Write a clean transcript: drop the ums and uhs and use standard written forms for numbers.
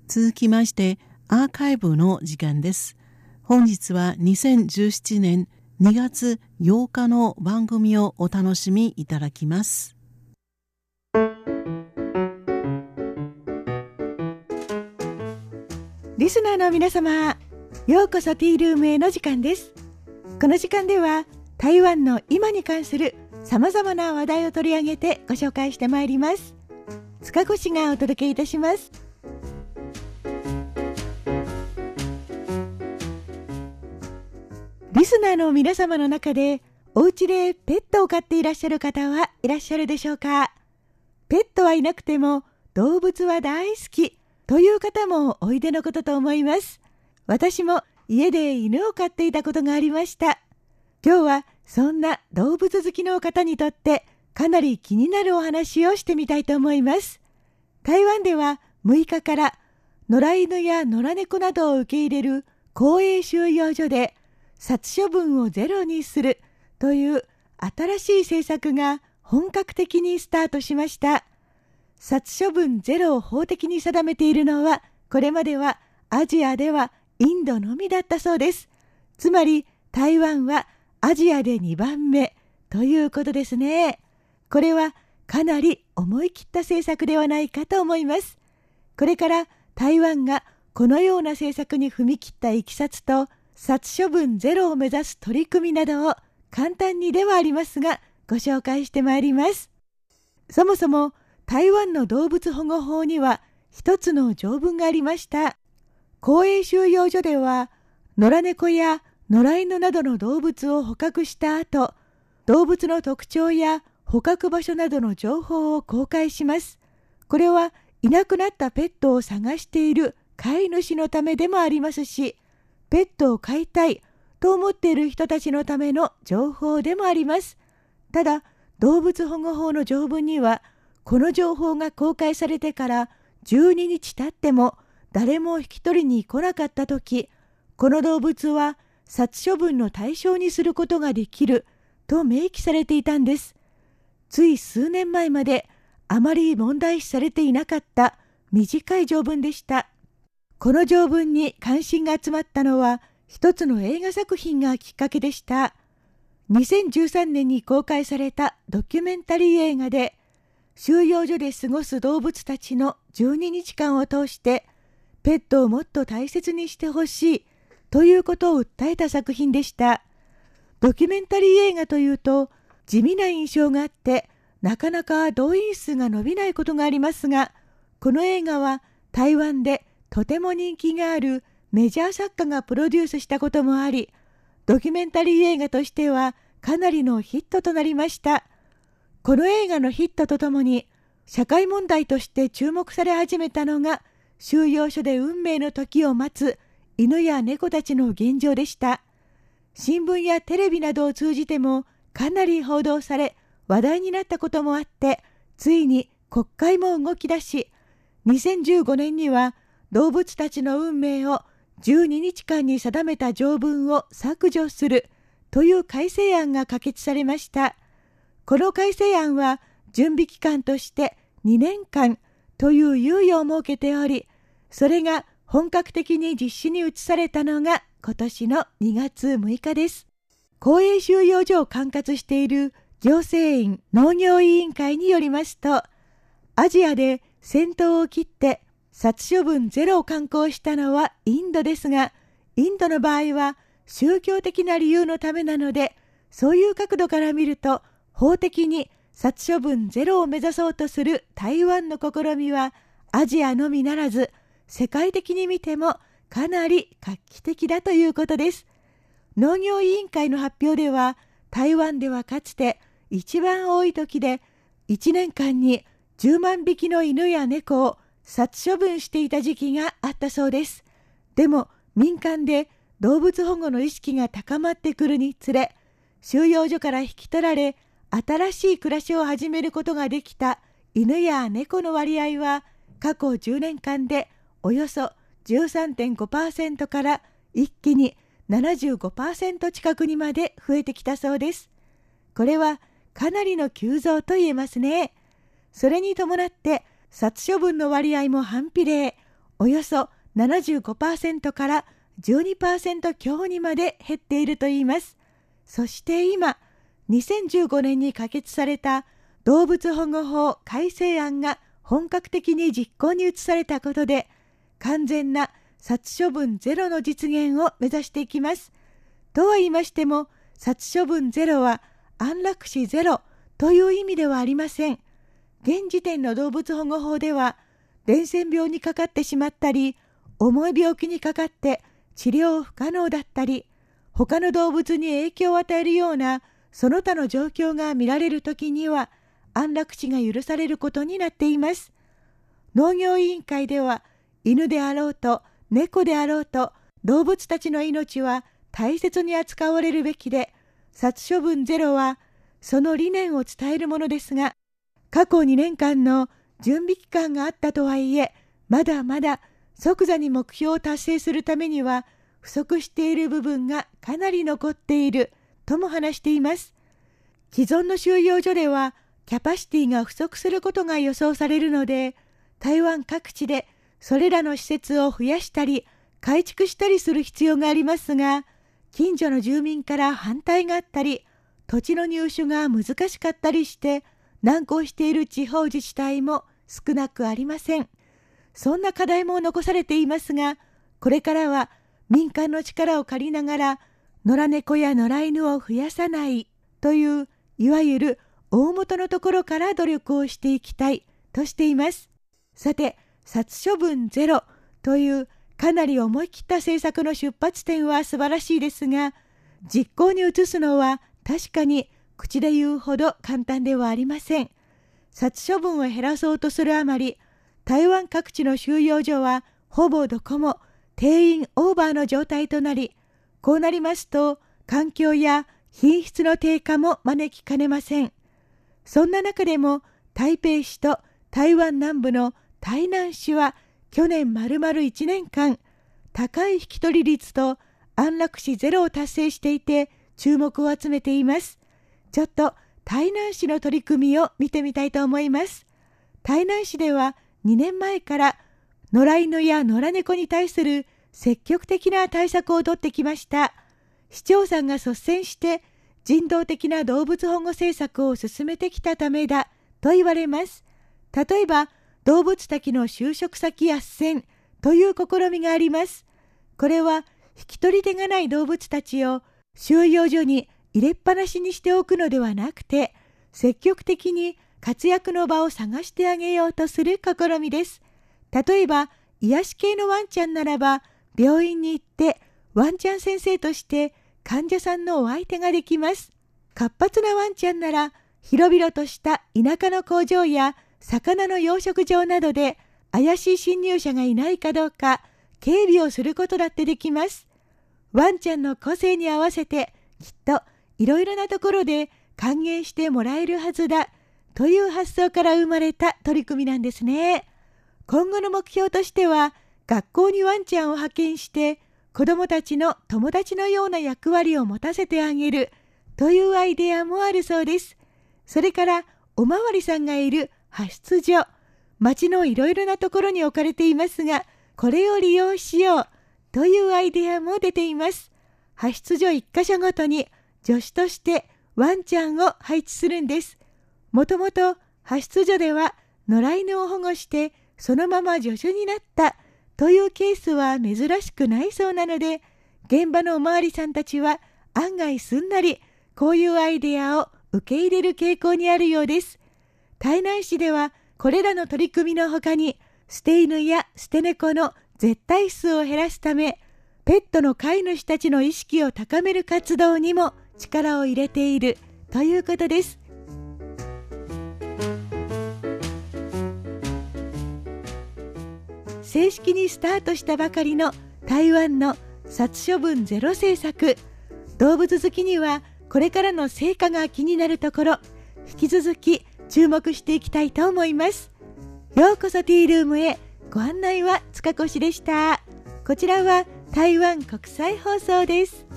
続きましてアーカイブの時間です。本日は2017年2月8日の番組をお楽しみいただきます。 リスナーの皆様、ようこそティールームへの時間です。この時間では台湾の今に関するさまざまな話題を取り上げてご紹介してまいります。塚越がお届けいたします。リスナーの皆様の中でお家でペットを飼っていらっしゃる方はいらっしゃるでしょうか。ペットはいなくても動物は大好きという方もおいでのことと思います。私も家で犬を飼っていたことがありました。今日はそんな動物好きの方にとってかなり気になるお話をしてみたいと思います。台湾では6日から野良犬や野良猫などを受け入れる公営収容所で殺処分をゼロにするという新しい政策が本格的にスタートしました。殺処分ゼロを法的に定めているのはこれまではアジアではインドのみだったそうです。つまり台湾はアジアで2番目ということですね。これはかなり思い切った政策ではないかと思います。これから台湾がこのような政策に踏み切ったいきさつと殺処分ゼロを目指す取り組みなどを簡単にではありますがご紹介してまいります。そもそも台湾の動物保護法には一つの条文がありました。公営収容所では野良猫や野良犬などの動物を捕獲した後、動物の特徴や捕獲場所などの情報を公開します。これはいなくなったペットを探している飼い主のためでもありますし、ペットを飼いたいと思っている人たちのための情報でもあります。ただ、動物保護法の条文には、この情報が公開されてから12日経っても誰も引き取りに来なかったとき、この動物は殺処分の対象にすることができると明記されていたんです。つい数年前まであまり問題視されていなかった短い条文でした。この条文に関心が集まったのは一つの映画作品がきっかけでした。2013年に公開されたドキュメンタリー映画で、収容所で過ごす動物たちの12日間を通してペットをもっと大切にしてほしいということを訴えた作品でした。ドキュメンタリー映画というと地味な印象があってなかなか動員数が伸びないことがありますが、この映画は台湾でとても人気があるメジャー作家がプロデュースしたこともあり、ドキュメンタリー映画としてはかなりのヒットとなりました。この映画のヒットとともに社会問題として注目され始めたのが、収容所で運命の時を待つ犬や猫たちの現状でした。新聞やテレビなどを通じてもかなり報道され話題になったこともあって、ついに国会も動き出し、2015年には動物たちの運命を12日間に定めた条文を削除するという改正案が可決されました。この改正案は準備期間として2年間という猶予を設けており、それが本格的に実施に移されたのが今年の2月6日です。公営収容所を管轄している行政院農業委員会によりますと、アジアで先頭を切って殺処分ゼロを敢行したのはインドですが、インドの場合は宗教的な理由のためなので、そういう角度から見ると法的に殺処分ゼロを目指そうとする台湾の試みはアジアのみならず世界的に見てもかなり画期的だということです。農業委員会の発表では、台湾ではかつて一番多い時で1年間に10万匹の犬や猫を殺処分していた時期があったそうです。でも民間で動物保護の意識が高まってくるにつれ、収容所から引き取られ新しい暮らしを始めることができた犬や猫の割合は過去10年間でおよそ 13.5% から一気に 75% 近くにまで増えてきたそうです。これはかなりの急増と言えますね。それに伴って殺処分の割合も反比例、 およそ 75% から 12% 強にまで減っているといいます。そして今、2015年に可決された動物保護法改正案が本格的に実行に移されたことで、完全な殺処分ゼロの実現を目指していきます。とは言いましても、殺処分ゼロは安楽死ゼロという意味ではありません。現時点の動物保護法では、伝染病にかかってしまったり、重い病気にかかって治療不可能だったり、他の動物に影響を与えるようなその他の状況が見られるときには、安楽死が許されることになっています。農業委員会では、犬であろうと猫であろうと動物たちの命は大切に扱われるべきで、殺処分ゼロはその理念を伝えるものですが、過去2年間の準備期間があったとはいえ、まだまだ即座に目標を達成するためには不足している部分がかなり残っているとも話しています。既存の収容所ではキャパシティが不足することが予想されるので、台湾各地でそれらの施設を増やしたり改築したりする必要がありますが、近所の住民から反対があったり、土地の入手が難しかったりして難航している地方自治体も少なくありません。そんな課題も残されていますが、これからは民間の力を借りながら野良猫や野良犬を増やさないという、いわゆる大元のところから努力をしていきたいとしています。さて、殺処分ゼロというかなり思い切った政策の出発点は素晴らしいですが、実行に移すのは確かに口で言うほど簡単ではありません。殺処分を減らそうとするあまり、台湾各地の収容所はほぼどこも定員オーバーの状態となり、こうなりますと環境や品質の低下も招きかねません。そんな中でも台北市と台湾南部の台南市は去年丸々1年間、高い引き取り率と安楽死ゼロを達成していて注目を集めています。ちょっと台南市の取り組みを見てみたいと思います。台南市では2年前から野良犬や野良猫に対する積極的な対策をとってきました。市長さんが率先して人道的な動物保護政策を進めてきたためだと言われます。例えば、動物たちの就職先斡旋という試みがあります。これは引き取り手がない動物たちを収容所に入れっぱなしにしておくのではなくて、積極的に活躍の場を探してあげようとする試みです。例えば、癒し系のワンちゃんならば、病院に行ってワンちゃん先生として患者さんのお相手ができます。活発なワンちゃんなら、広々とした田舎の工場や魚の養殖場などで怪しい侵入者がいないかどうか警備をすることだってできます。ワンちゃんの個性に合わせてきっといろいろなところで還元してもらえるはずだという発想から生まれた取り組みなんですね。今後の目標としては、学校にワンちゃんを派遣して子どもたちの友達のような役割を持たせてあげるというアイデアもあるそうです。それからおまわりさんがいる派出所、町のいろいろなところに置かれていますが、これを利用しようというアイデアも出ています。派出所1カ所ごとに助手としてワンちゃんを配置するんです。もともと派出所では野良犬を保護してそのまま助手になったというケースは珍しくないそうなので、現場のおまわりさんたちは案外すんなりこういうアイデアを受け入れる傾向にあるようです。台南市ではこれらの取り組みのほかに、捨て犬や捨て猫の絶対数を減らすため、ペットの飼い主たちの意識を高める活動にも力を入れているということです。正式にスタートしたばかりの台湾の殺処分ゼロ政策。動物好きにはこれからの成果が気になるところ、引き続き注目していきたいと思います。ようこそティールームへ。ご案内は塚越でした。こちらは台湾国際放送です。